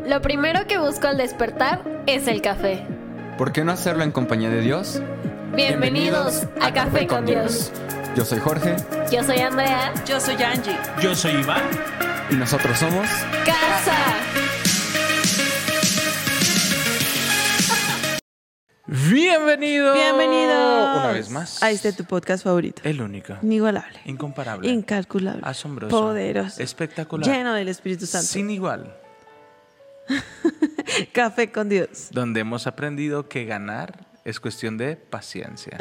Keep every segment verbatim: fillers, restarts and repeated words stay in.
Lo primero que busco al despertar es el café. ¿Por qué no hacerlo en compañía de Dios? Bienvenidos, Bienvenidos a, a Café, Café con Dios. Dios. Yo soy Jorge. Yo soy Andrea. Yo soy Angie. Yo soy Iván. Y nosotros somos... ¡Casa! Bienvenido. Bienvenidos. Una vez más. A este tu podcast favorito. El único. Inigualable. Incomparable. Incalculable. Asombroso. Poderoso. Espectacular. Lleno del Espíritu Santo. Sin igual. Café con Dios. Donde hemos aprendido que ganar es cuestión de paciencia.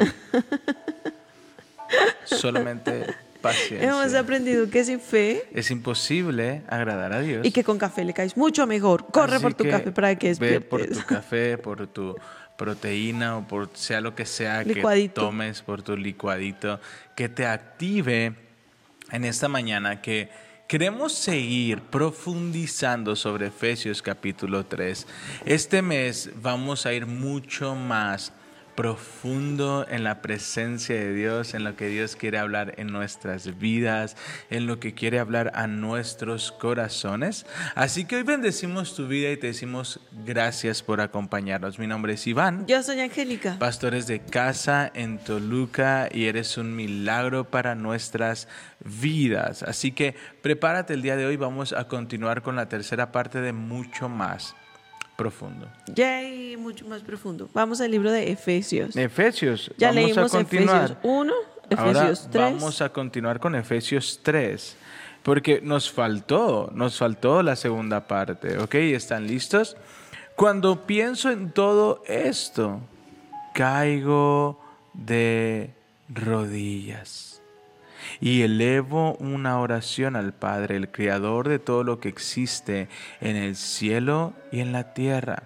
Solamente paciencia. Hemos aprendido que sin fe es imposible agradar a Dios. y que con café le caes mucho mejor. Corre Así por tu que café para que despiertes. Ve por tu café, por tu proteína o por sea lo que sea licuadito. Que tomes, por tu licuadito, que te active en esta mañana, que queremos seguir profundizando sobre Efesios capítulo tres. Este mes vamos a ir mucho más profundo en la presencia de Dios, en lo que Dios quiere hablar en nuestras vidas, en lo que quiere hablar a nuestros corazones. Así que hoy bendecimos tu vida y te decimos gracias por acompañarnos. Mi nombre es Iván. Yo soy Angélica. Pastores de casa en Toluca, y eres un milagro para nuestras vidas. Así que prepárate, el día de hoy vamos a continuar con la tercera parte de mucho más profundo. Yay, mucho más profundo. Vamos al libro de Efesios. Efesios. Ya vamos leímos a continuar. Efesios uno, Ahora Efesios tres. Vamos a continuar con Efesios tres, porque nos faltó, nos faltó la segunda parte, ¿ok? ¿Están listos? Cuando pienso en todo esto, caigo de rodillas y elevo una oración al Padre, el Creador de todo lo que existe en el cielo y en la tierra.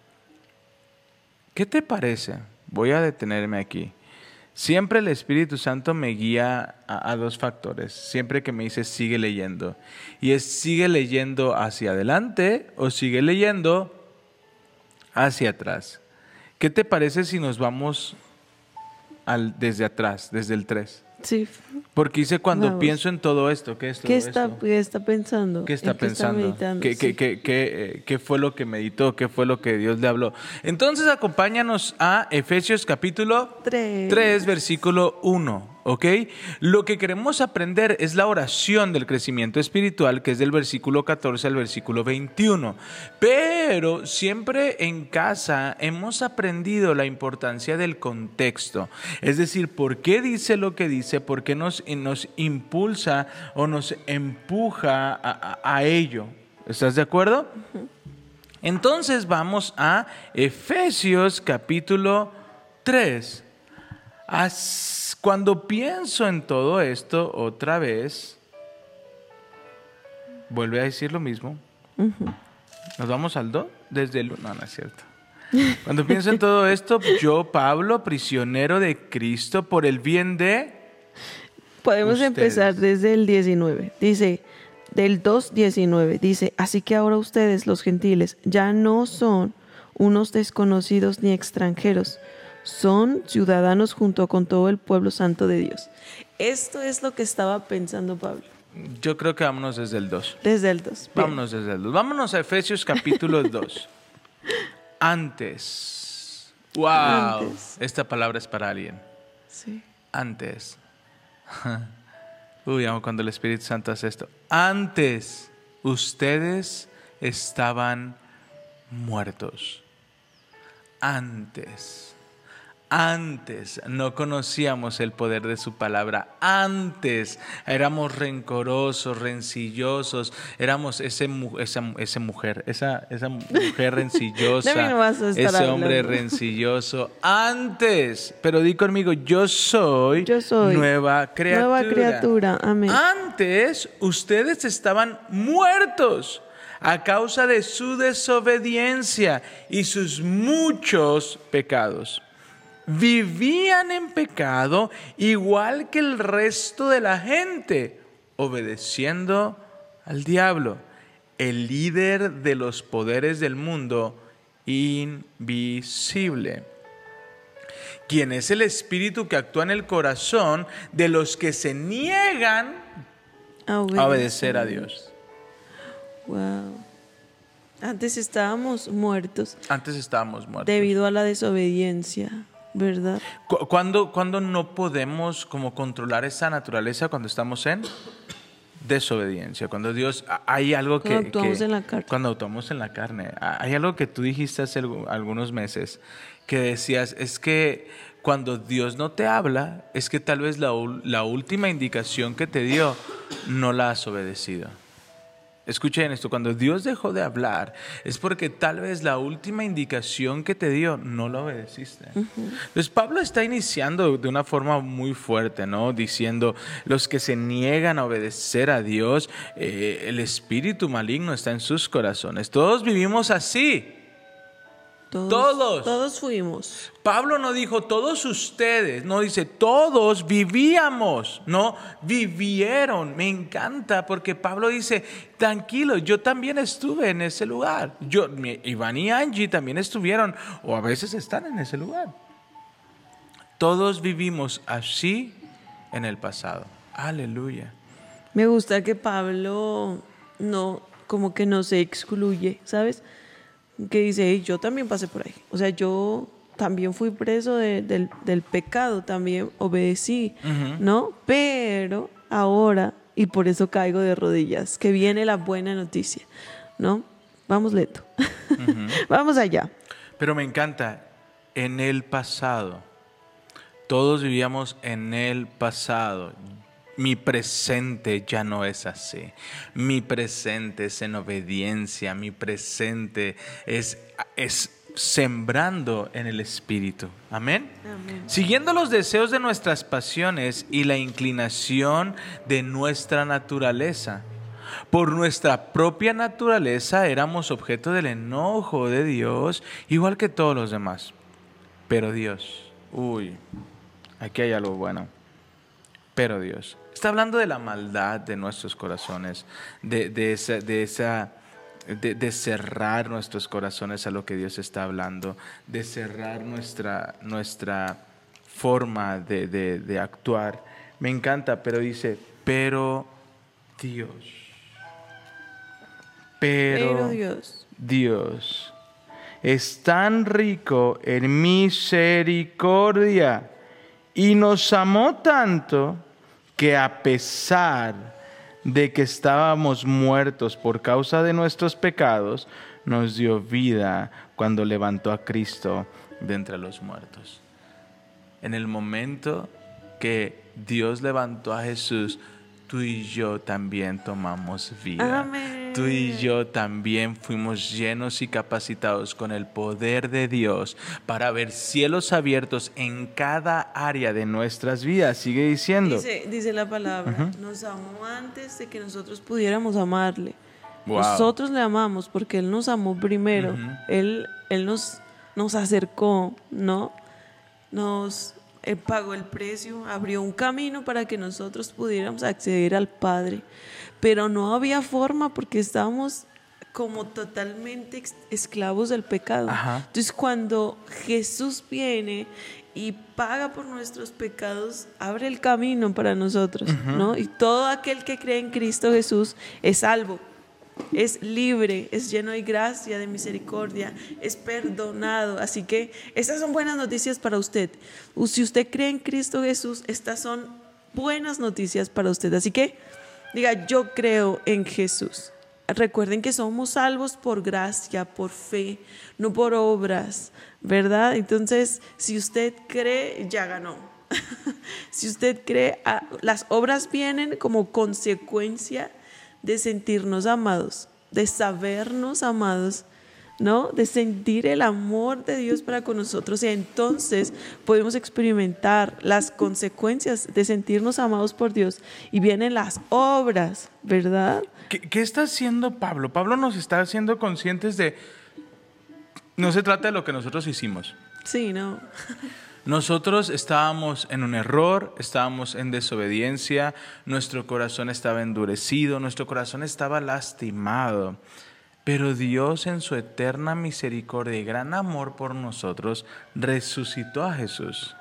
¿Qué te parece? Voy a detenerme aquí. Siempre el Espíritu Santo me guía a, a dos factores. Siempre que me dice sigue leyendo. Y es sigue leyendo hacia adelante o sigue leyendo hacia atrás. ¿Qué te parece si nos vamos al, desde atrás, desde el tres? Sí. Porque dice cuando Vamos. Pienso en todo esto. ¿Qué es todo ¿Qué está, esto? ¿Qué está pensando? ¿Qué está ¿En qué pensando? meditando? ¿Qué, Sí. qué, qué, qué, ¿Qué fue lo que meditó? ¿Qué fue lo que Dios le habló? Entonces acompáñanos a Efesios capítulo Tres. tres, versículo uno. ¿Ok? Lo que queremos aprender es la oración del crecimiento espiritual, que es del versículo catorce al versículo veintiuno. Pero siempre en casa hemos aprendido la importancia del contexto. Es decir, ¿por qué dice lo que dice? ¿Por qué nos, nos impulsa o nos empuja a, a, a ello? ¿Estás de acuerdo? Uh-huh. Entonces vamos a Efesios capítulo tres. As, cuando pienso en todo esto, otra vez, vuelve a decir lo mismo. Uh-huh. Nos vamos al dos, desde el uno. No, no es cierto. Cuando pienso en todo esto, yo, Pablo, prisionero de Cristo, por el bien de... Podemos ustedes. Empezar desde el diecinueve. Dice, del dos diecinueve, dice, así que ahora ustedes, los gentiles, ya no son unos desconocidos ni extranjeros, son ciudadanos junto con todo el pueblo santo de Dios. Esto es lo que estaba pensando Pablo. Yo creo que vámonos desde el dos. Desde el dos. Vámonos desde el dos. Vámonos a Efesios capítulo dos. Antes. ¡Wow! Antes. Esta palabra es para alguien. Sí. Antes. Uy, amo cuando el Espíritu Santo hace esto. Antes ustedes estaban muertos. Antes. Antes no conocíamos el poder de su palabra. Antes éramos rencorosos, rencillosos. Éramos ese, esa, esa mujer, esa, esa mujer rencillosa, no ese hablando. Hombre hablando. rencilloso. Antes, pero di conmigo, yo soy, yo soy nueva criatura. Nueva criatura, amén. Antes ustedes estaban muertos a causa de su desobediencia y sus muchos pecados. Vivían en pecado igual que el resto de la gente, obedeciendo al diablo, el líder de los poderes del mundo invisible, quien es el espíritu que actúa en el corazón de los que se niegan a obedecer a Dios. Wow. Antes estábamos muertos Antes estábamos muertos. debido a la desobediencia, ¿verdad? Cu- ¿Cuándo, cuándo no podemos como controlar esa naturaleza? Cuando estamos en desobediencia. Cuando Dios, hay algo que... Cuando actuamos que- en la carne. Cuando actuamos en la carne. Hay algo que tú dijiste hace algu- algunos meses, que decías, es que cuando Dios no te habla, es que tal vez la, ul- la última indicación que te dio no la has obedecido. Escuchen esto, cuando Dios dejó de hablar, es porque tal vez la última indicación que te dio no la obedeciste. Entonces Pablo está iniciando de una forma muy fuerte, ¿no? Diciendo, los que se niegan a obedecer a Dios, eh, el espíritu maligno está en sus corazones. Todos vivimos así. Todos, Todos. Todos fuimos. Pablo no dijo todos ustedes, no dice todos vivíamos, no, vivieron. Me encanta porque Pablo dice, tranquilo, yo también estuve en ese lugar. Yo, mi- Iván y Angie también estuvieron o a veces están en ese lugar. Todos vivimos así en el pasado. Aleluya. Me gusta que Pablo no, como que no se excluye, ¿sabes? Que dice, "Hey, yo también pasé por ahí. O sea, yo también fui preso de- del, del pecado, también obedecí, ¿no? Pero ahora, y por eso caigo de rodillas, que viene la buena noticia, ¿no? Vamos lento. Vamos allá. Pero me encanta, en el pasado, todos vivíamos en el pasado. Mi presente ya no es así. Mi presente es en obediencia. Mi presente es, es sembrando en el Espíritu. Amén. Amén. Siguiendo los deseos de nuestras pasiones y la inclinación de nuestra naturaleza. Por nuestra propia naturaleza éramos objeto del enojo de Dios, igual que todos los demás. Pero Dios, uy, aquí hay algo bueno. Pero Dios, está hablando de la maldad de nuestros corazones, de, de esa, de, esa de, de cerrar nuestros corazones a lo que Dios está hablando, de cerrar nuestra, nuestra forma de, de, de actuar. Me encanta, pero dice, pero Dios. Pero, Pero Dios. Dios es tan rico en misericordia y nos amó tanto que a pesar de que estábamos muertos por causa de nuestros pecados, nos dio vida cuando levantó a Cristo de entre los muertos. En el momento que Dios levantó a Jesús, tú y yo también tomamos vida. Amén. Tú y yo también fuimos llenos y capacitados con el poder de Dios para ver cielos abiertos en cada área de nuestras vidas. Sigue diciendo. Dice, dice la palabra, nos amó antes de que nosotros pudiéramos amarle. Wow. Nosotros le amamos porque Él nos amó primero. Ujú. Él, él nos, nos acercó, ¿no? Nos Él pagó el precio, abrió un camino para que nosotros pudiéramos acceder al Padre. Pero no había forma porque estábamos como totalmente ex- esclavos del pecado. Ajá. Entonces cuando Jesús viene y paga por nuestros pecados, abre el camino para nosotros, ¿no? Y todo aquel que cree en Cristo Jesús es salvo, es libre, es lleno de gracia, de misericordia, es perdonado. Así que estas son buenas noticias para usted. U- Si usted cree en Cristo Jesús, estas son buenas noticias para usted. Así que diga, yo creo en Jesús. Recuerden que somos salvos por gracia, por fe, no por obras, ¿verdad? Entonces, si usted cree, ya ganó. Si usted cree, ah, las obras vienen como consecuencia de sentirnos amados, de sabernos amados, ¿no? De sentir el amor de Dios para con nosotros, y entonces podemos experimentar las consecuencias de sentirnos amados por Dios y vienen las obras, ¿verdad? ¿Qué, qué está haciendo Pablo? Pablo nos está haciendo conscientes de, no se trata de lo que nosotros hicimos. Sí, ¿no? Nosotros estábamos en un error, estábamos en desobediencia, nuestro corazón estaba endurecido, nuestro corazón estaba lastimado. Pero Dios, en su eterna misericordia y gran amor por nosotros, resucitó a Jesús.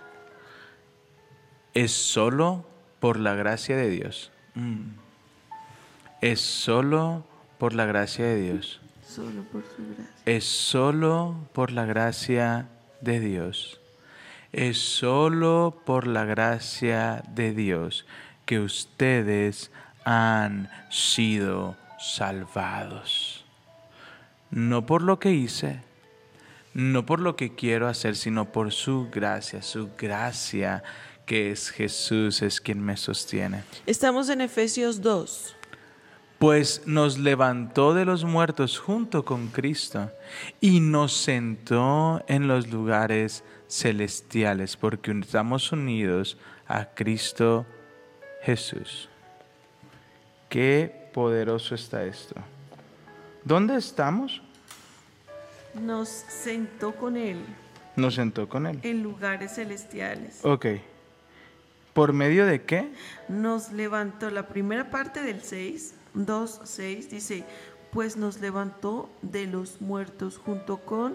Es solo por la gracia de Dios. Mm. Es solo por la gracia de Dios. Solo por su gracia. Es solo por la gracia de Dios. Es solo por la gracia de Dios que ustedes han sido salvados. No por lo que hice, no por lo que quiero hacer, sino por su gracia. Su gracia, que es Jesús, es quien me sostiene. Estamos en Efesios dos. Pues nos levantó de los muertos junto con Cristo y nos sentó en los lugares celestiales, porque estamos unidos a Cristo Jesús. Qué poderoso está esto. ¿Dónde estamos? Nos sentó con Él Nos sentó con Él. en lugares celestiales. Ok. ¿Por medio de qué? Nos levantó, la primera parte del seis, dos, seis, dice, pues nos levantó de los muertos junto con,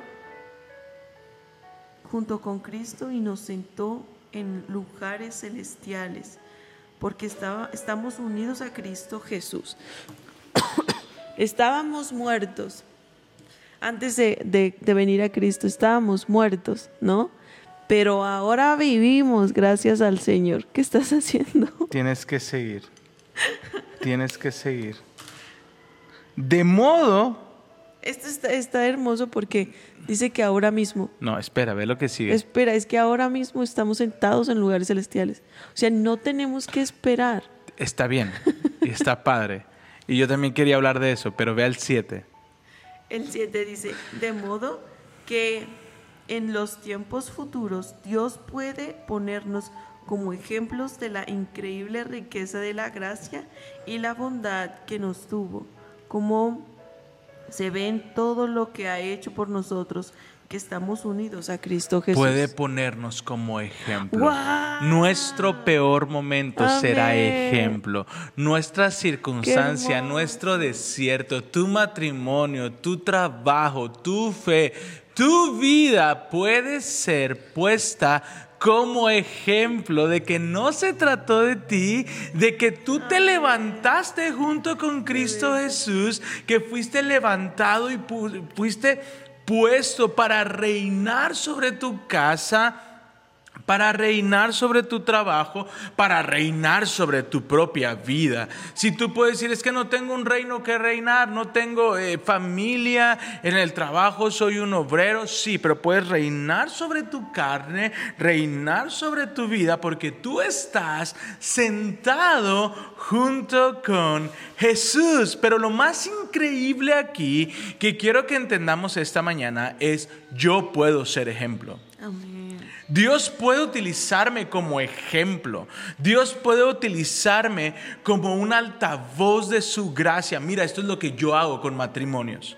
junto con Cristo y nos sentó en lugares celestiales, porque estaba, estamos unidos a Cristo Jesús. Estábamos muertos. Antes de, de, de venir a Cristo estábamos muertos, ¿no? Pero ahora vivimos gracias al Señor. ¿Qué estás haciendo? Tienes que seguir. Tienes que seguir. De modo... Esto está, está hermoso porque dice que ahora mismo... No, espera, ve lo que sigue. Espera, es que ahora mismo estamos sentados en lugares celestiales. O sea, no tenemos que esperar. Está bien, y está padre. Y yo también quería hablar de eso, pero ve al siete. El siete dice, de modo que en los tiempos futuros Dios puede ponernos como ejemplos de la increíble riqueza de la gracia y la bondad que nos tuvo, como se ve en todo lo que ha hecho por nosotros, que estamos unidos a Cristo Jesús. Puede ponernos como ejemplo. ¡Guau! Nuestro peor momento Amén. será ejemplo. Nuestra circunstancia, hermoso. nuestro desierto, tu matrimonio, tu trabajo, tu fe, tu vida puede ser puesta como ejemplo de que no se trató de ti, de que tú te levantaste junto con Cristo Jesús, que fuiste levantado y pu- fuiste puesto para reinar sobre tu casa, para reinar sobre tu trabajo, para reinar sobre tu propia vida. Si tú puedes decir, es que no tengo un reino que reinar, no tengo eh, familia, en el trabajo soy un obrero, sí, pero puedes reinar sobre tu carne, reinar sobre tu vida, porque tú estás sentado junto con Jesús. Pero lo más increíble aquí que quiero que entendamos esta mañana es: yo puedo ser ejemplo. Amén. Dios puede utilizarme como ejemplo. Dios puede utilizarme como un altavoz de su gracia. Mira, esto es lo que yo hago con matrimonios.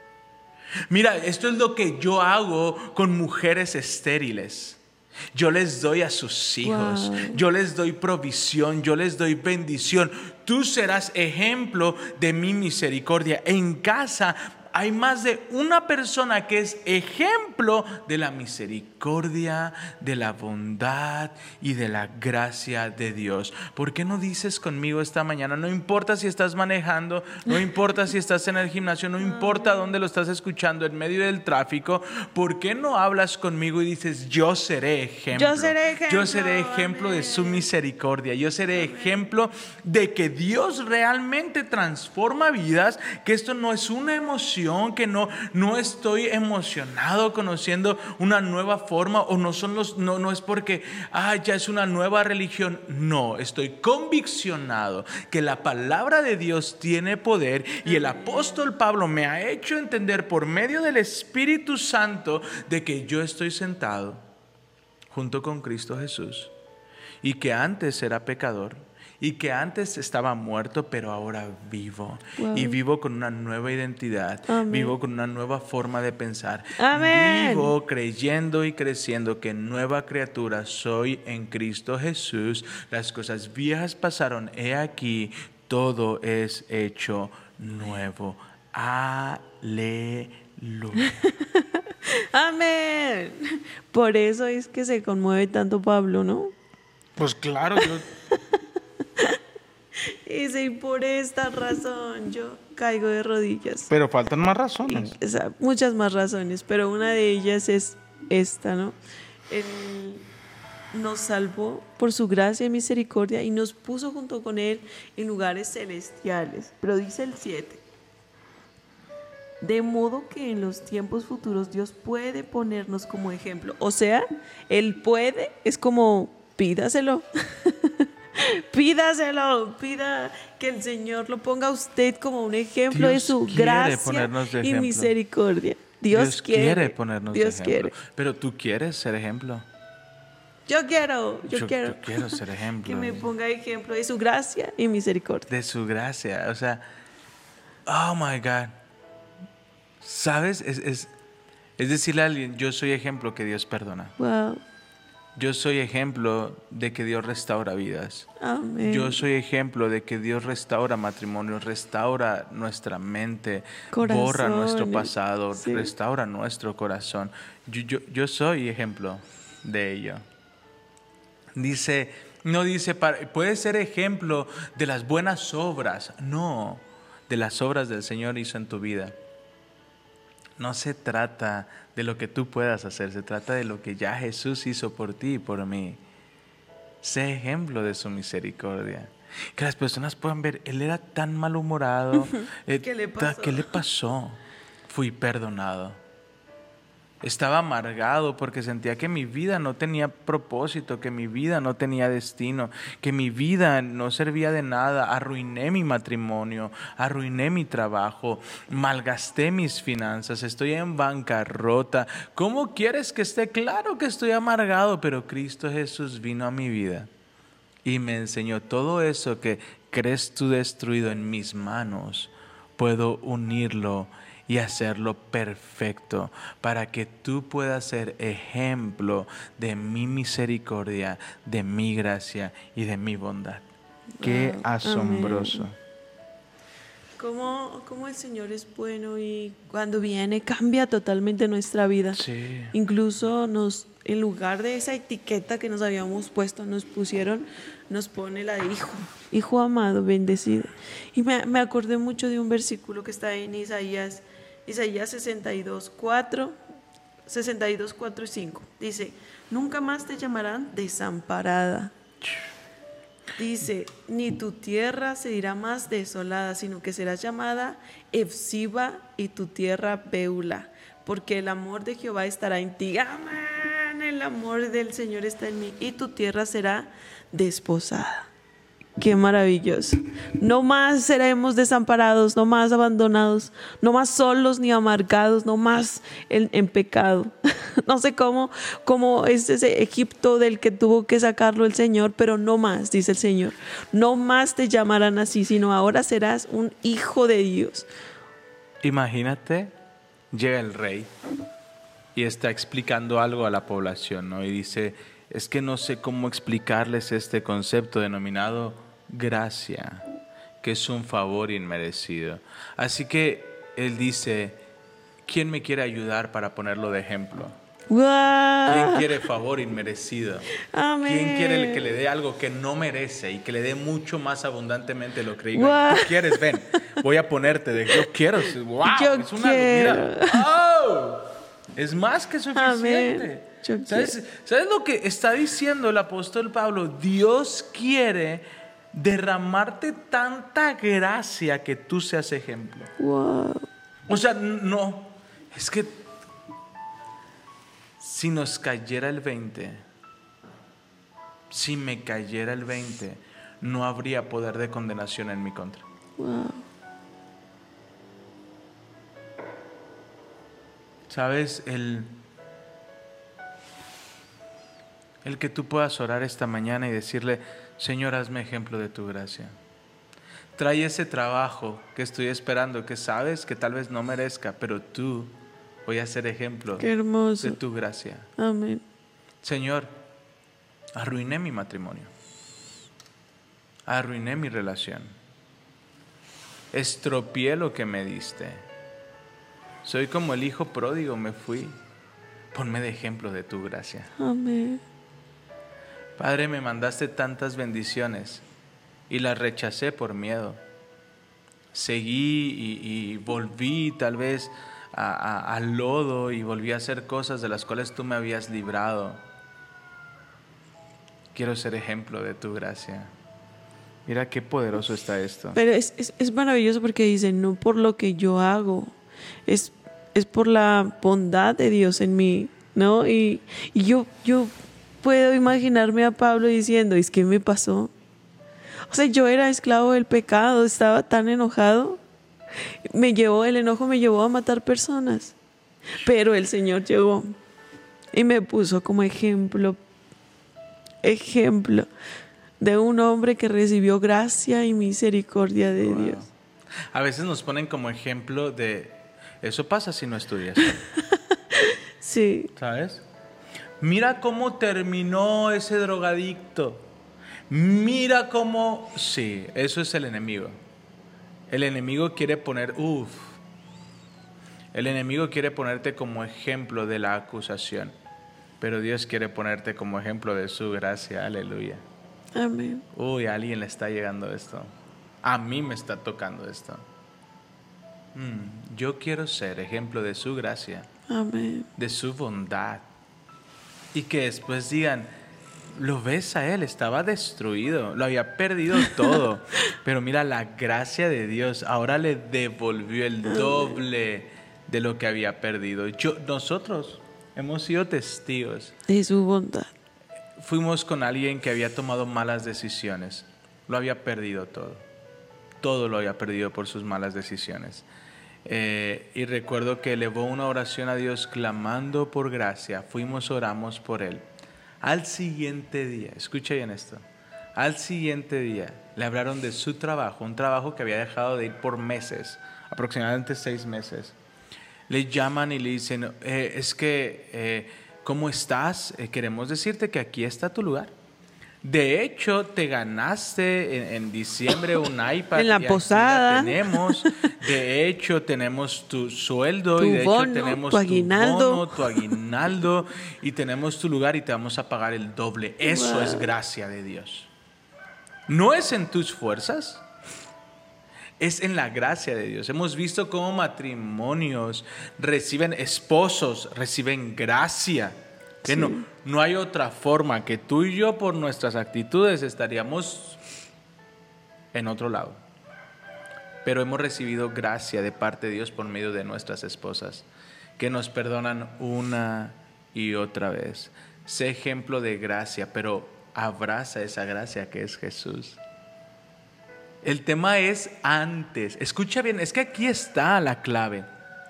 Mira, esto es lo que yo hago con mujeres estériles. Yo les doy a sus hijos, Wow. yo les doy provisión, yo les doy bendición. Tú serás ejemplo de mi misericordia. En casa hay más de una persona que es ejemplo de la misericordia, de la bondad y de la gracia de Dios. ¿Por qué no dices conmigo esta mañana? No importa si estás manejando, no importa si estás en el gimnasio, no importa dónde lo estás escuchando, en medio del tráfico. ¿Por qué no hablas conmigo y dices: yo seré ejemplo? Yo seré ejemplo, Yo seré ejemplo de amén. su misericordia. Yo seré ejemplo de que Dios realmente transforma vidas, que esto no es una emoción, que no, no estoy emocionado conociendo una nueva forma, o no son los, no, no es porque ah, ya es una nueva religión. No, estoy conviccionado que la palabra de Dios tiene poder, y el apóstol Pablo me ha hecho entender por medio del Espíritu Santo de que yo estoy sentado junto con Cristo Jesús, y que antes era pecador, y que antes estaba muerto, pero ahora vivo. Wow. Y vivo con una nueva identidad. Amén. Vivo con una nueva forma de pensar. Amén. Vivo creyendo y creciendo que nueva criatura soy en Cristo Jesús. Las cosas viejas pasaron, he aquí, todo es hecho nuevo. Aleluya. Amén. Por eso es que se conmueve tanto Pablo, ¿no? Pues claro, yo... Dice, y por esta razón yo caigo de rodillas. Pero faltan más Y, razones. o sea, muchas más razones, pero una de ellas es esta, ¿no? Él nos salvó por su gracia y misericordia y nos puso junto con Él en lugares celestiales. Pero dice el siete. De modo que en los tiempos futuros Dios puede ponernos como ejemplo. O sea, Él puede, es como pídaselo. Pídaselo, pida que el Señor lo ponga a usted como un ejemplo Dios de su quiere gracia ponernos de y ejemplo. misericordia. Dios, Dios quiere, ponernos Dios de ejemplo. quiere. Pero tú quieres ser ejemplo. Yo quiero, yo, Yo- quiero. yo quiero ser ejemplo. Que me ponga ejemplo de su gracia y misericordia. De su gracia. O sea, oh my God. ¿Sabes? Es, es, es decirle a alguien, yo soy ejemplo que Dios perdona. Wow. Yo soy ejemplo de que Dios restaura vidas. Amén. Yo soy ejemplo de que Dios restaura matrimonios, restaura nuestra mente, borra nuestro Corazones. pasado, Sí. restaura nuestro corazón. Yo, yo, yo soy ejemplo de ello. Dice, no dice, para- puede ser ejemplo de las buenas obras, no, de las obras del Señor hizo en tu vida. No se trata de lo que tú puedas hacer, se trata de lo que ya Jesús hizo por ti y por mí. Sé ejemplo de su misericordia. Que las personas puedan ver, él era tan malhumorado. eh, ¿Qué le ta- pasó? ¿Qué le pasó? Fui perdonado. Estaba amargado porque sentía que mi vida no tenía propósito, que mi vida no tenía destino, que mi vida no servía de nada. Arruiné mi matrimonio, arruiné mi trabajo, malgasté mis finanzas, estoy en bancarrota. ¿Cómo quieres que esté? Claro que estoy amargado, pero Cristo Jesús vino a mi vida y me enseñó todo eso que crees tú destruido en mis manos. Puedo unirlo y hacerlo perfecto para que tú puedas ser ejemplo de mi misericordia, de mi gracia y de mi bondad. Qué Wow, asombroso. amén. Cómo, cómo el Señor es bueno y cuando viene cambia totalmente nuestra vida. Sí. Incluso nos, en lugar de esa etiqueta que nos habíamos puesto, nos pusieron, nos pone la de hijo, hijo amado, bendecido. Y me, me acordé mucho de un versículo que está en Isaías, Isaías sesenta y dos, cuatro, sesenta y dos, cuatro y cinco. Dice, nunca más te llamarán desamparada. Dice, ni tu tierra se dirá más desolada, sino que serás llamada Efsiba y tu tierra Beula, porque el amor de Jehová estará en ti. Amén, el amor del Señor está en mí y tu tierra será desposada. Qué maravilloso. No más seremos desamparados, no más abandonados, no más solos ni amargados, no más en, en pecado. No sé cómo, cómo es ese Egipto del que tuvo que sacarlo el Señor, pero no más, dice el Señor. No más te llamarán así, sino ahora serás un hijo de Dios. Imagínate, llega el rey y está explicando algo a la población, ¿no? Y dice, es que no sé cómo explicarles este concepto denominado gracia, que es un favor inmerecido. Así que él dice, ¿quién me quiere ayudar para ponerlo de ejemplo? ¿Quién ¡Guau! quiere favor inmerecido? Amén. ¿Quién quiere que le dé algo que no merece y que le dé mucho más abundantemente lo que diga? Guau. ¿Tú quieres? Ven, voy a ponerte de yo quiero. ¡Wow! Yo es una quiero. mira. ¡Oh! Es más que suficiente. Amén. Yo ¿Sabes, ¿Sabes lo que está diciendo el apóstol Pablo? Dios quiere derramarte tanta gracia que tú seas ejemplo. Wow. O sea, no, es que si nos cayera el veinte, si me cayera el veinte, no habría poder de condenación en mi contra. Wow. ¿Sabes? El, el que tú puedas orar esta mañana y decirle, Señor, hazme ejemplo de tu gracia. Trae ese trabajo que estoy esperando, que sabes que tal vez no merezca, pero tú voy a ser ejemplo Qué hermoso. de tu gracia. Amén. Señor, arruiné mi matrimonio. Arruiné mi relación. Estropié lo que me diste. Soy como el hijo pródigo, me fui. Ponme de ejemplo de tu gracia. Amén. Padre, me mandaste tantas bendiciones y las rechacé por miedo. Seguí y, y volví tal vez a, a, al lodo y volví a hacer cosas de las cuales tú me habías librado. Quiero ser ejemplo de tu gracia. Mira qué poderoso está esto. Pero es, es, es maravilloso porque dice, no por lo que yo hago, es, es por la bondad de Dios en mí, ¿no? Y, y yo, yo puedo imaginarme a Pablo diciendo, es que me pasó. O sea, yo era esclavo del pecado, estaba tan enojado. Me llevó, el enojo me llevó a matar personas. Pero el Señor llegó y me puso como ejemplo, ejemplo de un hombre que recibió gracia y misericordia de Wow. Dios. A veces nos ponen como ejemplo de, eso pasa si no estudias, Sí, ¿sabes? Mira cómo terminó ese drogadicto. Mira cómo, sí, eso es el enemigo. El enemigo quiere poner, uff, el enemigo quiere ponerte como ejemplo de la acusación, pero Dios quiere ponerte como ejemplo de su gracia, aleluya. amén. Uy, a alguien le está llegando esto. A mí me está tocando esto. Mm, yo quiero ser ejemplo de su gracia, Amén. de su bondad. Y que después digan, lo ves a él, estaba destruido, lo había perdido todo. Pero mira la gracia de Dios, ahora le devolvió el doble de lo que había perdido. Yo, nosotros hemos sido testigos. De su bondad. Fuimos con alguien que había tomado malas decisiones. Lo había perdido todo. Todo lo había perdido por sus malas decisiones. Eh, y recuerdo que elevó una oración a Dios clamando por gracia. Fuimos, oramos por él. Al siguiente día, escucha bien esto. Al siguiente día le hablaron de su trabajo, un trabajo que había dejado de ir por meses, aproximadamente seis meses. Le llaman y le dicen, eh, es que... Eh, ¿cómo estás? Eh, queremos decirte que aquí está tu lugar. De hecho, te ganaste en, en diciembre un iPad. En la y aquí posada. la tenemos. De hecho, tenemos tu sueldo. Tu y de bono, hecho, tenemos tu aguinaldo. tu bono, tu aguinaldo. Y tenemos tu lugar y te vamos a pagar el doble. Eso Wow. es gracia de Dios. No es en tus fuerzas. Es en la gracia de Dios. Hemos visto cómo matrimonios reciben, esposos reciben gracia. Que Sí. no, no hay otra forma que tú y yo por nuestras actitudes estaríamos en otro lado. Pero hemos recibido gracia de parte de Dios por medio de nuestras esposas, que nos perdonan una y otra vez. Sé ejemplo de gracia, pero abraza esa gracia que es Jesús. El tema es antes. Escucha bien, es que aquí está la clave.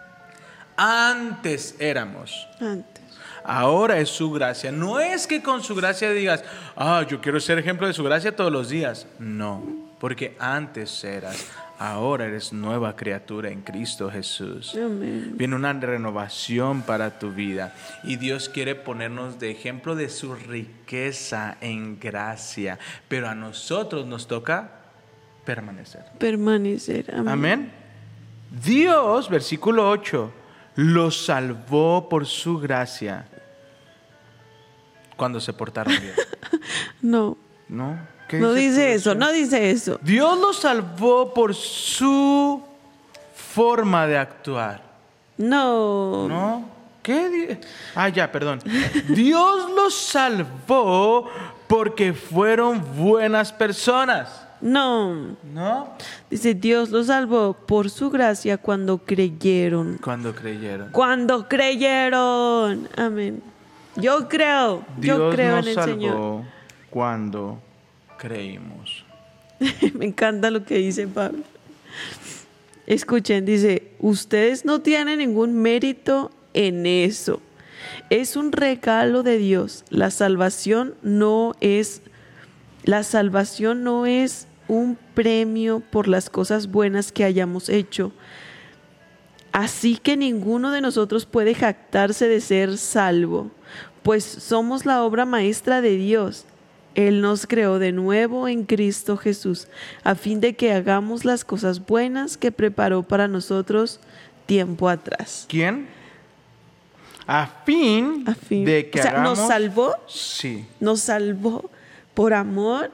Antes éramos. Antes. Ahora es su gracia. No es que con su gracia digas, ah, yo quiero ser ejemplo de su gracia todos los días. No, porque antes eras. Ahora eres nueva criatura en Cristo Jesús. Amén. Viene una renovación para tu vida. Y Dios quiere ponernos de ejemplo de su riqueza en gracia. Pero a nosotros nos toca permanecer. Permanecer. Amén. Amén. Dios, versículo ocho, los salvó por su gracia cuando se portaron bien. No. ¿No? ¿Qué No dice dice tu eso, versión? no dice eso. Dios los salvó por su forma de actuar. No. ¿No? ¿Qué? di- Ah, ya, perdón. Dios los salvó porque fueron buenas personas. No. ¿No? Dice, Dios los salvó por su gracia cuando creyeron. Cuando creyeron. Cuando creyeron. Amén. Yo creo. Yo Dios creo nos en el salvó Señor. cuando creímos. Me encanta lo que dice Pablo. Escuchen, dice, ustedes no tienen ningún mérito en eso. Es un regalo de Dios. La salvación no es, la salvación no es un premio por las cosas buenas que hayamos hecho. Así que ninguno de nosotros puede jactarse de ser salvo, pues somos la obra maestra de Dios. Él nos creó de nuevo en Cristo Jesús, a fin de que hagamos las cosas buenas que preparó para nosotros tiempo atrás. ¿Quién? A fin, A fin. de que O sea, hagamos... nos salvó, Sí. nos salvó por amor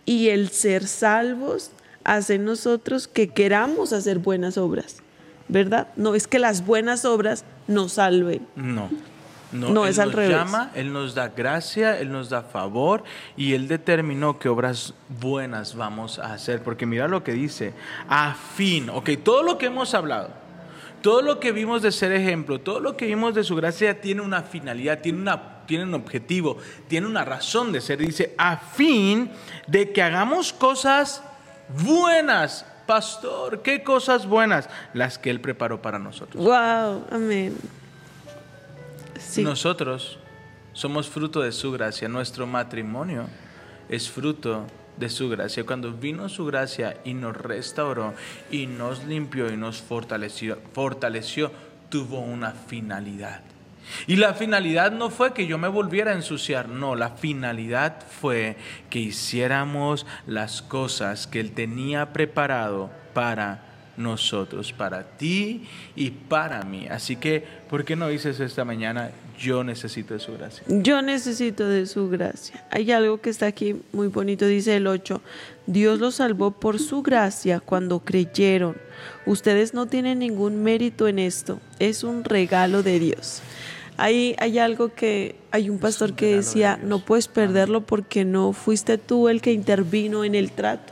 y el ser salvos hace en nosotros que queramos hacer buenas obras, ¿verdad? No es que las buenas obras nos salven. No. No, No, él es al nos revés. llama, Él nos da gracia, Él nos da favor y Él determinó qué obras buenas vamos a hacer. Porque mira lo que dice, a fin, ok, todo lo que hemos hablado, todo lo que vimos de ser ejemplo, todo lo que vimos de su gracia tiene una finalidad, tiene, una, tiene un objetivo, tiene una razón de ser. Dice, a fin de que hagamos cosas buenas. Pastor, ¿qué cosas buenas? Las que Él preparó para nosotros. Wow, amén. Sí. Nosotros somos fruto de su gracia. Nuestro matrimonio es fruto de su gracia. Cuando vino su gracia y nos restauró y nos limpió y nos fortaleció, fortaleció, tuvo una finalidad. Y la finalidad no fue que yo me volviera a ensuciar, no, la finalidad fue que hiciéramos las cosas que Él tenía preparado para nosotros, para ti y para mí. Así que, ¿por qué no dices esta mañana, yo necesito de su gracia? Yo necesito de su gracia. Hay algo que está aquí muy bonito, dice el ocho. Dios los salvó por su gracia cuando creyeron. Ustedes no tienen ningún mérito en esto. Es un regalo de Dios. Hay, hay algo que, hay un pastor que decía, no puedes perderlo porque no fuiste tú el que intervino en el trato.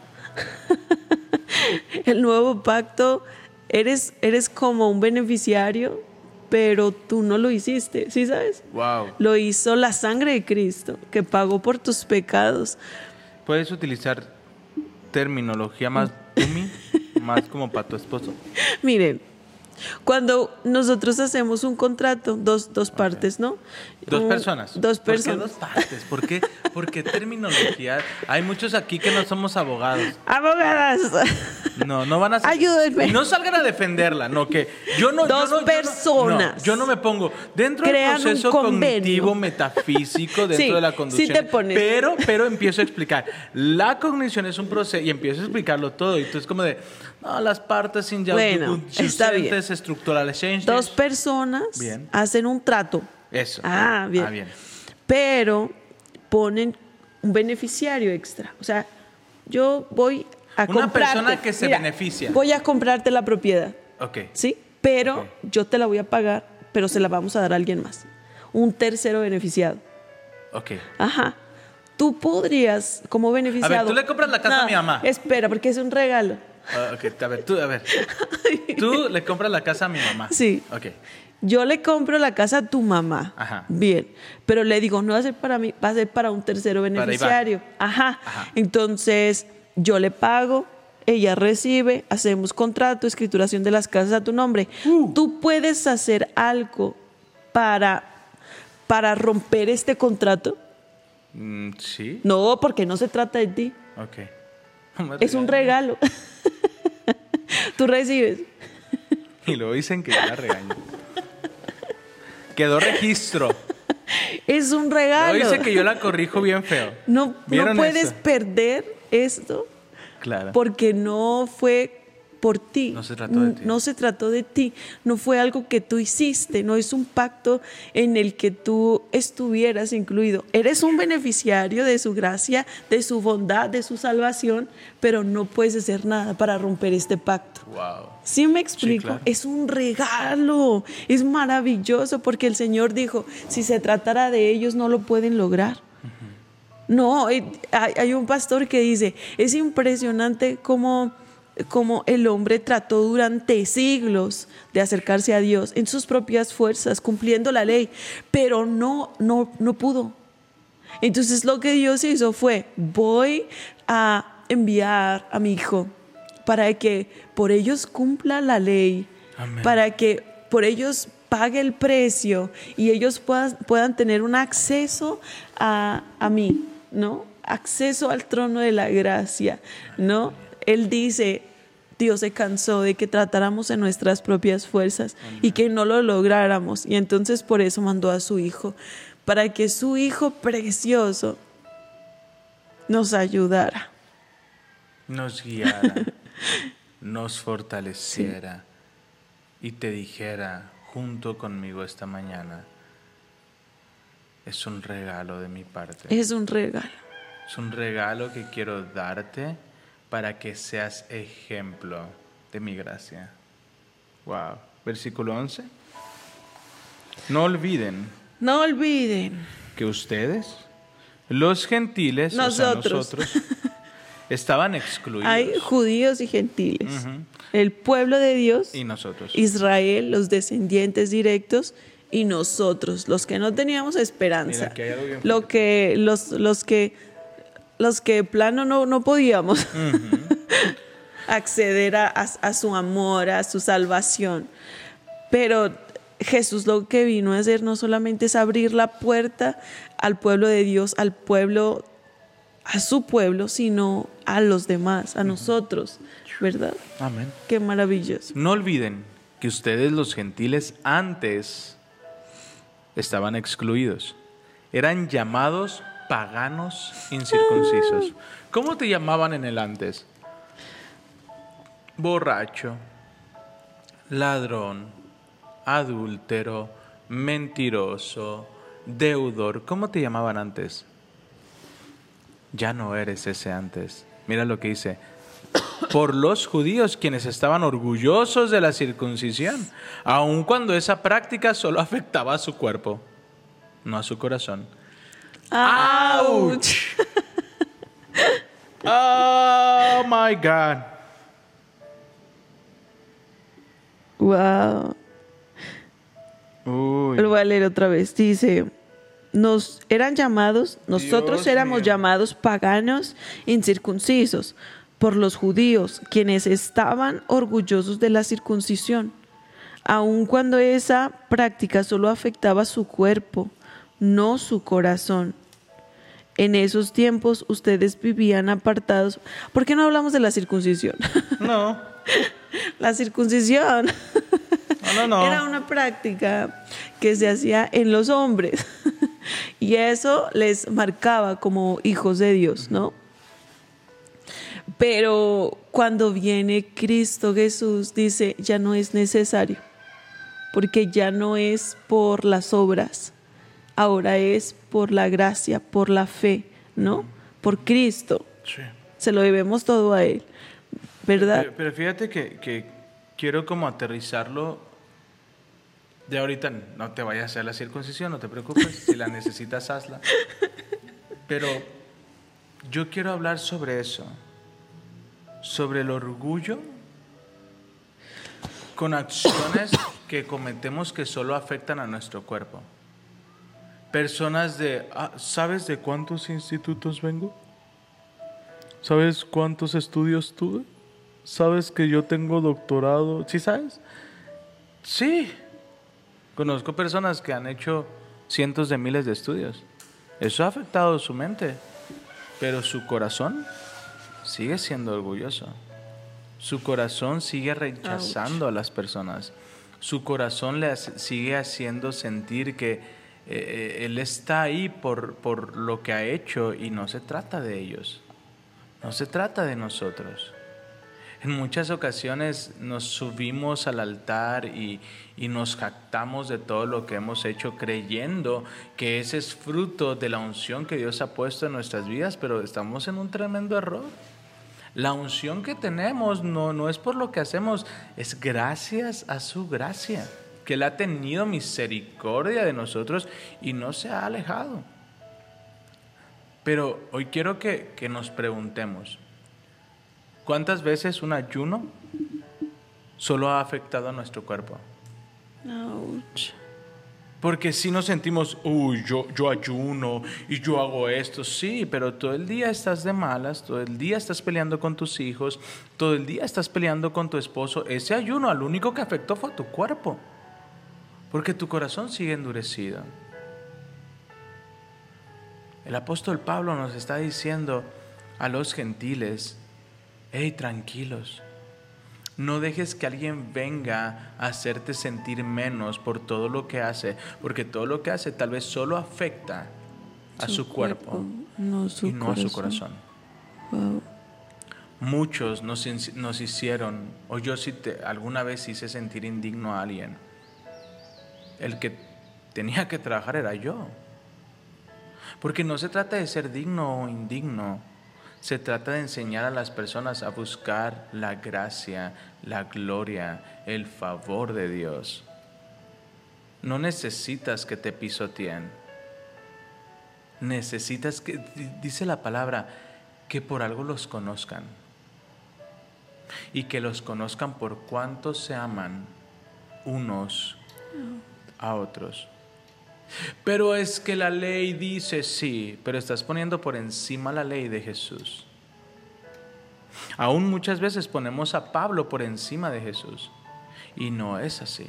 El nuevo pacto, eres, eres como un beneficiario, pero tú no lo hiciste, ¿sí sabes? Wow. Lo hizo la sangre de Cristo, que pagó por tus pecados. ¿Puedes utilizar terminología más dummy, más como para tu esposo? Miren, cuando nosotros hacemos un contrato, dos, dos Okay. partes, ¿no? Dos Un- personas. Dos ¿Por qué personas. dos partes? ¿Por qué, ¿Por qué terminología? Hay muchos aquí que no somos abogados. Abogadas. No, no van a... Ayúdenme. Y no salgan a defenderla, no, que yo no... Dos yo no- yo no- personas. no, yo no me pongo dentro del Crean un proceso convenio. cognitivo, metafísico, dentro Sí, de la sí conducción. te pones. Pero, pero empiezo a explicar. La cognición es un proceso y empiezo a explicarlo todo. Y tú es como de, no, las partes sin Bueno, está bien. estructurales. Dos personas Bien. hacen un trato. Eso. Ah, bien. Ah, bien. Pero ponen un beneficiario extra. O sea, yo voy a Una comprarte. persona que se beneficia. Voy a comprarte la propiedad, Ok. ¿sí? Pero Ok. yo te la voy a pagar, pero se la vamos a dar a alguien más. Un tercero beneficiado. Ok. Ajá. Tú podrías, como beneficiado... A ver, tú le compras la casa a mi mamá. Espera, porque es un regalo. Ah, ok, a ver, tú, a ver. Tú le compras la casa a mi mamá. Sí. Ok. Yo le compro la casa a tu mamá. Ajá. Bien. Pero le digo, no va a ser para mí, va a ser para un tercero beneficiario. Ajá. Ajá. Entonces, yo le pago, ella recibe, hacemos contrato, escrituración de las casas a tu nombre. Uh. Tú puedes hacer algo para, para romper este contrato. Mm, sí. No, porque no se trata de ti. Ok. Es un regalo. Tú recibes. Y luego dicen que yo la regaño. Quedó registro. Es un Luego regalo. dice que yo la corrijo bien feo. No, no ¿Vieron puedes eso? perder esto Claro. porque no fue por ti. No se trató de ti. No se trató de ti. No fue algo que tú hiciste. No es un pacto en el que tú estuvieras incluido. Eres un beneficiario de su gracia, de su bondad, de su salvación, pero no puedes hacer nada para romper este pacto. Wow. ¿Sí me explico? Sí, claro. Es un regalo, es maravilloso porque el Señor dijo, si se tratara de ellos no lo pueden lograr. No, hay, hay un pastor que dice, es impresionante cómo, cómo el hombre trató durante siglos de acercarse a Dios en sus propias fuerzas, cumpliendo la ley, pero no, no, no pudo. Entonces lo que Dios hizo fue, voy a enviar a mi hijo para que por ellos cumpla la ley, Amén. para que por ellos pague el precio y ellos puedan, puedan tener un acceso a, a mí, ¿no? Acceso al trono de la gracia, ¿no? Él dice, Dios se cansó de que tratáramos en nuestras propias fuerzas Amén. Y que no lo lográramos. Y entonces por eso mandó a su hijo, para que su hijo precioso nos ayudara. Nos guiara, nos fortaleciera y te dijera junto conmigo esta mañana, es un regalo de mi parte. Es un regalo. Es un regalo que quiero darte para que seas ejemplo de mi gracia. Wow. Versículo once. No olviden No olviden. que ustedes, los gentiles, o sea, Nosotros. nosotros, estaban excluidos. Hay judíos y gentiles. Ujú. El pueblo de Dios, Y nosotros. Israel, los descendientes directos, y nosotros, los que no teníamos esperanza. Mira, aquí hay algo bien Lo que, los, los que, los que de plano no, no podíamos acceder a, a, a su amor, a su salvación. Pero Jesús lo que vino a hacer no solamente es abrir la puerta al pueblo de Dios, al pueblo, a su pueblo, sino a los demás, a nosotros, ¿verdad? Amén. Qué maravilloso. No olviden que ustedes, los gentiles, antes estaban excluidos. Eran llamados paganos incircuncisos. ¿Cómo te llamaban en el antes? Borracho, ladrón, adúltero, mentiroso, deudor. ¿Cómo te llamaban antes? Ya no eres ese antes. Mira lo que dice. Por los judíos, quienes estaban orgullosos de la circuncisión, aun cuando esa práctica solo afectaba a su cuerpo, no a su corazón. ¡Auch! Oh my God. Wow. Uy. Lo voy a leer otra vez. Dice, nos eran llamados, nosotros Dios éramos mío. llamados paganos incircuncisos por los judíos, quienes estaban orgullosos de la circuncisión, aun cuando esa práctica solo afectaba su cuerpo, no su corazón. En esos tiempos ustedes vivían apartados. ¿Por qué no hablamos de la circuncisión? No, La circuncisión no, no, no. era una práctica que se hacía en los hombres y eso les marcaba como hijos de Dios, ¿no? Pero cuando viene Cristo Jesús, dice, ya no es necesario, porque ya no es por las obras, ahora es por la gracia, por la fe, ¿no? Por Cristo. Sí. Se lo debemos todo a Él, ¿verdad? Pero, pero fíjate que, que quiero como aterrizarlo. De ahorita no te vayas a hacer la circuncisión, no te preocupes. Si la necesitas, hazla. Pero yo quiero hablar sobre eso. Sobre el orgullo con acciones que cometemos que solo afectan a nuestro cuerpo. Personas de, ah, ¿sabes de cuántos institutos vengo? ¿Sabes cuántos estudios tuve? ¿Sabes que yo tengo doctorado? ¿Sí sabes? Sí. Conozco personas que han hecho cientos de miles de estudios. Eso ha afectado su mente, pero su corazón sigue siendo orgulloso. Su corazón sigue rechazando Ouch. a las personas. Su corazón le hace, sigue haciendo sentir que eh, él está ahí por, por lo que ha hecho y no se trata de ellos. No se trata de nosotros. En muchas ocasiones nos subimos al altar y, y nos jactamos de todo lo que hemos hecho creyendo que ese es fruto de la unción que Dios ha puesto en nuestras vidas, pero estamos en un tremendo error. La unción que tenemos no, no es por lo que hacemos, es gracias a su gracia, que Él ha tenido misericordia de nosotros y no se ha alejado. Pero hoy quiero que, que nos preguntemos, ¿cuántas veces un ayuno solo ha afectado a nuestro cuerpo? Ouch. Porque si nos sentimos, uy, yo, yo ayuno y yo hago esto, sí, pero todo el día estás de malas, todo el día estás peleando con tus hijos, todo el día estás peleando con tu esposo. Ese ayuno, al único que afectó fue a tu cuerpo, porque tu corazón sigue endurecido. El apóstol Pablo nos está diciendo a los gentiles, hey, tranquilos. No dejes que alguien venga a hacerte sentir menos por todo lo que hace, porque todo lo que hace tal vez solo afecta a su, su cuerpo, cuerpo no su y no corazón. a su corazón. Wow. Muchos nos, nos hicieron, o yo sí te, alguna vez hice sentir indigno a alguien. El que tenía que trabajar era yo. Porque no se trata de ser digno o indigno. Se trata de enseñar a las personas a buscar la gracia, la gloria, el favor de Dios. No necesitas que te pisoteen. Necesitas que, dice la palabra, que por algo los conozcan. Y que los conozcan por cuánto se aman unos a otros. Pero es que la ley dice sí, pero estás poniendo por encima la ley de Jesús. Aún muchas veces ponemos a Pablo por encima de Jesús. Y no es así.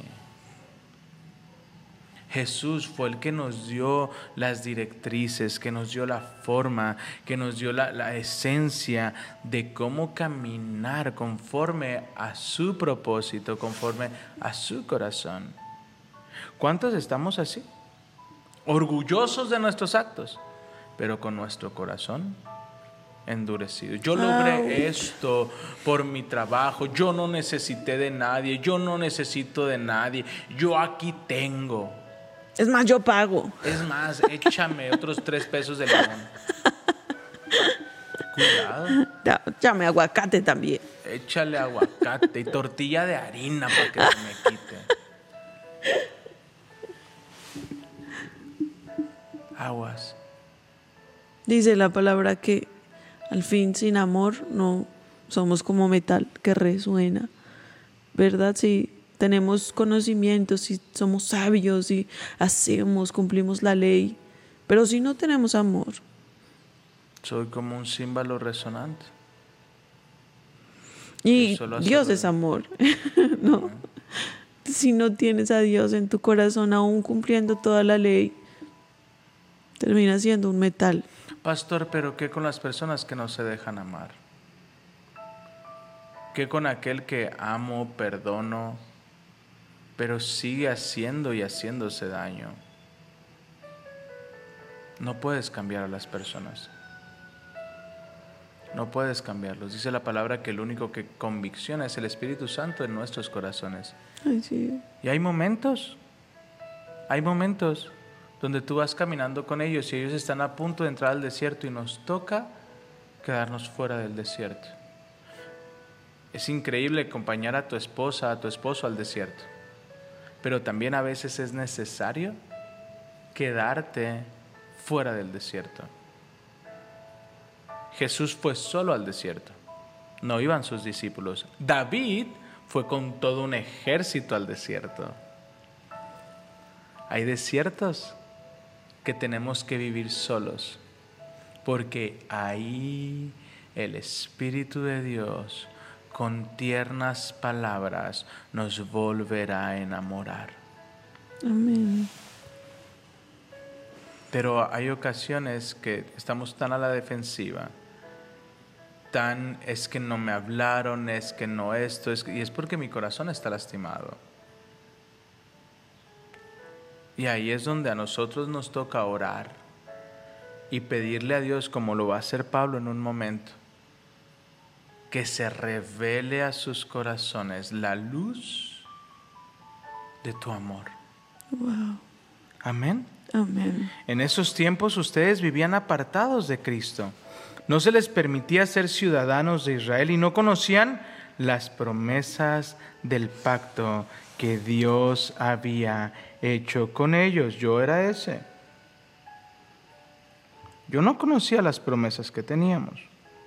Jesús fue el que nos dio las directrices, que nos dio la forma, que nos dio la, la esencia de cómo caminar conforme a su propósito, conforme a su corazón. ¿Cuántos estamos así? Orgullosos de nuestros actos, pero con nuestro corazón endurecido. Yo logré esto por mi trabajo, yo no necesité de nadie, yo no necesito de nadie, yo aquí tengo. Es más, yo pago. Es más, échame otros tres pesos de limón. Cuidado. Ya, Échame aguacate también. Échale aguacate y tortilla de harina para que se me quite. Aguas. Dice la palabra que al fin sin amor no somos como metal que resuena, ¿verdad? Si tenemos conocimientos, si somos sabios, si hacemos, cumplimos la ley, pero si no tenemos amor. Soy como un címbalo resonante. Y Dios es amor, ¿no? Si no tienes a Dios en tu corazón, aún cumpliendo toda la ley, termina siendo un metal. Pastor, pero ¿qué con las personas que no se dejan amar? ¿Qué con aquel que amo, perdono, pero sigue haciendo y haciéndose daño? No puedes cambiar a las personas. No puedes cambiarlos. Dice la palabra que el único que convicciona es el Espíritu Santo en nuestros corazones. Ay, sí. Y hay momentos, hay momentos donde tú vas caminando con ellos y ellos están a punto de entrar al desierto y nos toca quedarnos fuera del desierto. Es increíble acompañar a tu esposa, a tu esposo al desierto, pero también a veces es necesario quedarte fuera del desierto. Jesús fue solo al desierto, no iban sus discípulos. David fue con todo un ejército al desierto. Hay desiertos que tenemos que vivir solos, porque ahí el Espíritu de Dios con tiernas palabras nos volverá a enamorar. Amén. Pero hay ocasiones que estamos tan a la defensiva, tan es que no me hablaron, es que no esto, es que, y es porque mi corazón está lastimado. Y ahí es donde a nosotros nos toca orar y pedirle a Dios, como lo va a hacer Pablo en un momento, que se revele a sus corazones la luz de tu amor. Wow. Amén. Amén. En esos tiempos ustedes vivían apartados de Cristo. No se les permitía ser ciudadanos de Israel y no conocían las promesas del pacto que Dios había hecho con ellos. Yo era ese. Yo no conocía las promesas que teníamos.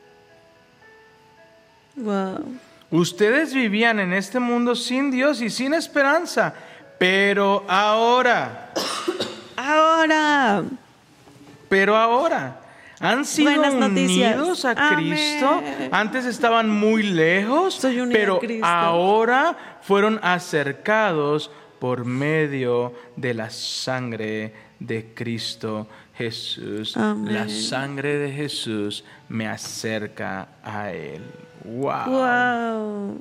Wow. Ustedes vivían en este mundo sin Dios y sin esperanza, pero ahora, Ahora, pero ahora han sido Buenas noticias. unidos a Amén. Cristo. Antes estaban muy lejos, Soy unida pero a Cristo. ahora fueron acercados por medio de la sangre de Cristo Jesús. Amén. La sangre de Jesús me acerca a Él. Wow. wow.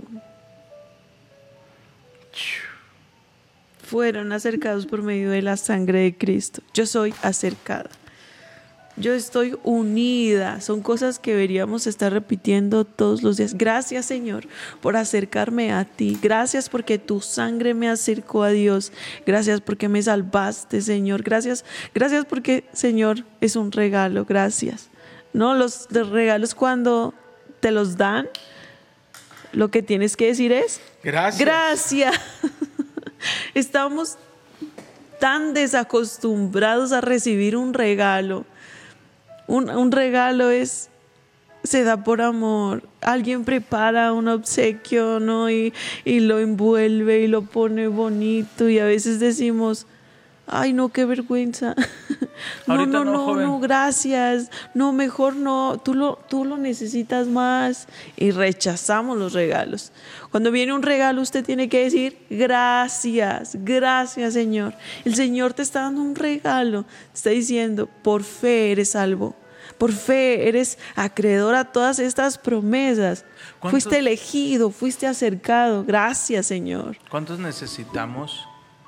Fueron acercados por medio de la sangre de Cristo. Yo soy acercada. Yo estoy unida. Son cosas que deberíamos estar repitiendo todos los días. Gracias, Señor, por acercarme a ti. Gracias porque tu sangre me acercó a Dios. Gracias porque me salvaste, Señor. Gracias, gracias porque, Señor, es un regalo. Gracias. No, los, los regalos cuando te los dan, lo que tienes que decir es Gracias. Gracias. Estamos tan desacostumbrados a recibir un regalo. Un, un regalo es, se da por amor. Alguien prepara un obsequio, ¿no? Y, y lo envuelve y lo pone bonito. Y a veces decimos, ay, no, qué vergüenza. No, Ahorita no, no, no, joven. no, gracias. No, mejor no. Tú lo, tú lo necesitas más. Y rechazamos los regalos. Cuando viene un regalo, usted tiene que decir, gracias, gracias, Señor. El Señor te está dando un regalo. Te está diciendo, por fe eres salvo. Por fe eres acreedor a todas estas promesas. ¿Cuántos- Fuiste elegido, fuiste acercado. Gracias, Señor. ¿Cuántos necesitamos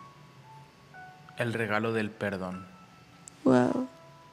el regalo del perdón? Wow.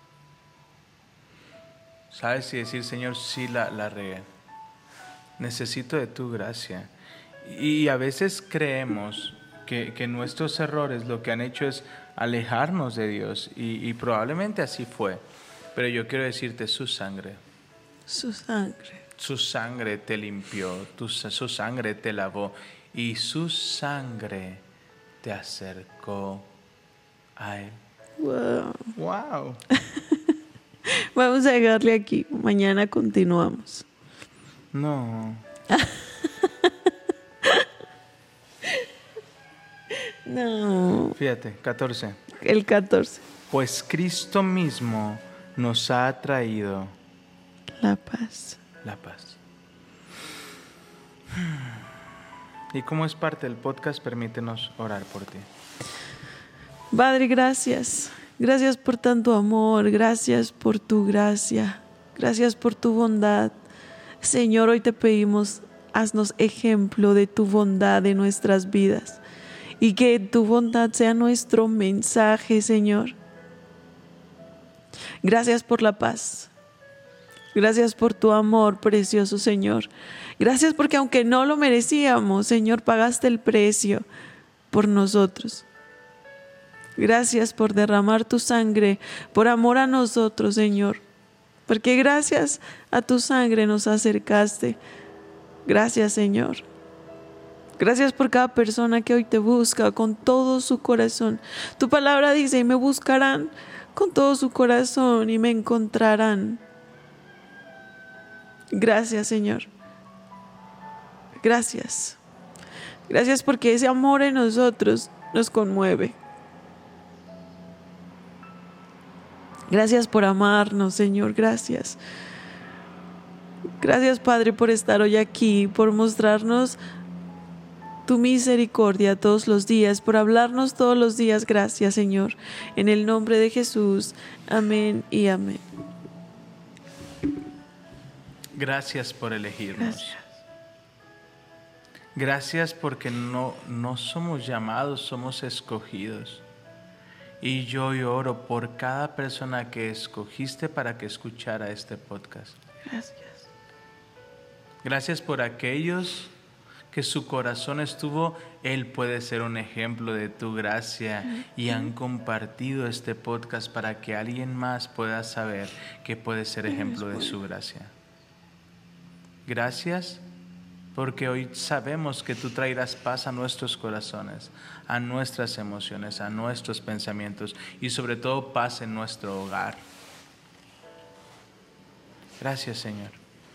¿Sabes? Y decir, Señor, sí la, la regué. Necesito de tu gracia. Y a veces creemos que, que nuestros errores lo que han hecho es alejarnos de Dios. Y, y probablemente así fue. Pero yo quiero decirte, su sangre, Su sangre. su sangre te limpió, tu, su sangre te lavó. Y su sangre te acercó a Él. Wow. ¡Wow! Vamos a dejarle aquí. Mañana continuamos. No. No. Fíjate, catorce. El catorce. Pues Cristo mismo nos ha traído La paz. la paz. Y como es parte del podcast, permítenos orar por ti. Padre, gracias. Gracias por tanto amor. Gracias por tu gracia. Gracias por tu bondad. Señor, hoy te pedimos, haznos ejemplo de tu bondad en nuestras vidas. Y que tu bondad sea nuestro mensaje, Señor. Gracias por la paz. Gracias por tu amor, precioso Señor. Gracias porque aunque no lo merecíamos, Señor, pagaste el precio por nosotros. Gracias por derramar tu sangre, por amor a nosotros, Señor. Porque gracias a tu sangre nos acercaste. Gracias, Señor. Gracias por cada persona que hoy te busca con todo su corazón. Tu palabra dice, y me buscarán con todo su corazón y me encontrarán. Gracias, Señor. Gracias. Gracias porque ese amor en nosotros nos conmueve. Gracias por amarnos, Señor. Gracias. Gracias, Padre, por estar hoy aquí, por mostrarnos tu misericordia todos los días, por hablarnos todos los días. Gracias, Señor. En el nombre de Jesús. Amén y amén. Gracias por elegirnos. Gracias. Gracias porque no, no somos llamados, somos escogidos. Y yo hoy oro por cada persona que escogiste para que escuchara este podcast. Gracias. Gracias por aquellos que su corazón estuvo, Él puede ser un ejemplo de tu gracia y han compartido este podcast para que alguien más pueda saber que puede ser ejemplo de su gracia. Gracias porque hoy sabemos que tú traerás paz a nuestros corazones, a nuestras emociones, a nuestros pensamientos y sobre todo paz en nuestro hogar. Gracias, Señor.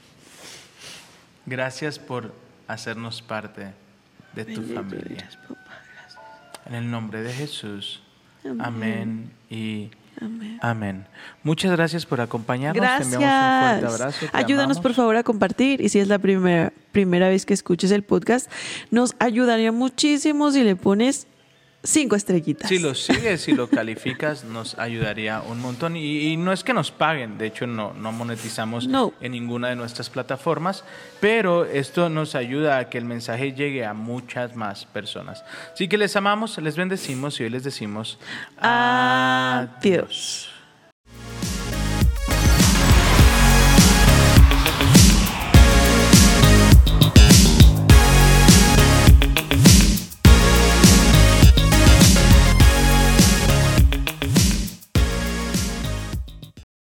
Gracias por hacernos parte de tu Bendito familia. eres, papá. Gracias. En el nombre de Jesús. Amén. Amén y Amén. amén. Muchas gracias por acompañarnos. Te Gracias. enviamos un fuerte abrazo. Te Ayúdanos amamos. por favor a compartir y si es la primera, primera vez que escuches el podcast, nos ayudaría muchísimo si le pones cinco estrellitas. Si lo sigues, si lo calificas, nos ayudaría un montón. Y, y no es que nos paguen, de hecho no, no monetizamos No. en ninguna de nuestras plataformas, pero esto nos ayuda a que el mensaje llegue a muchas más personas. Así que les amamos, les bendecimos y hoy les decimos Adiós.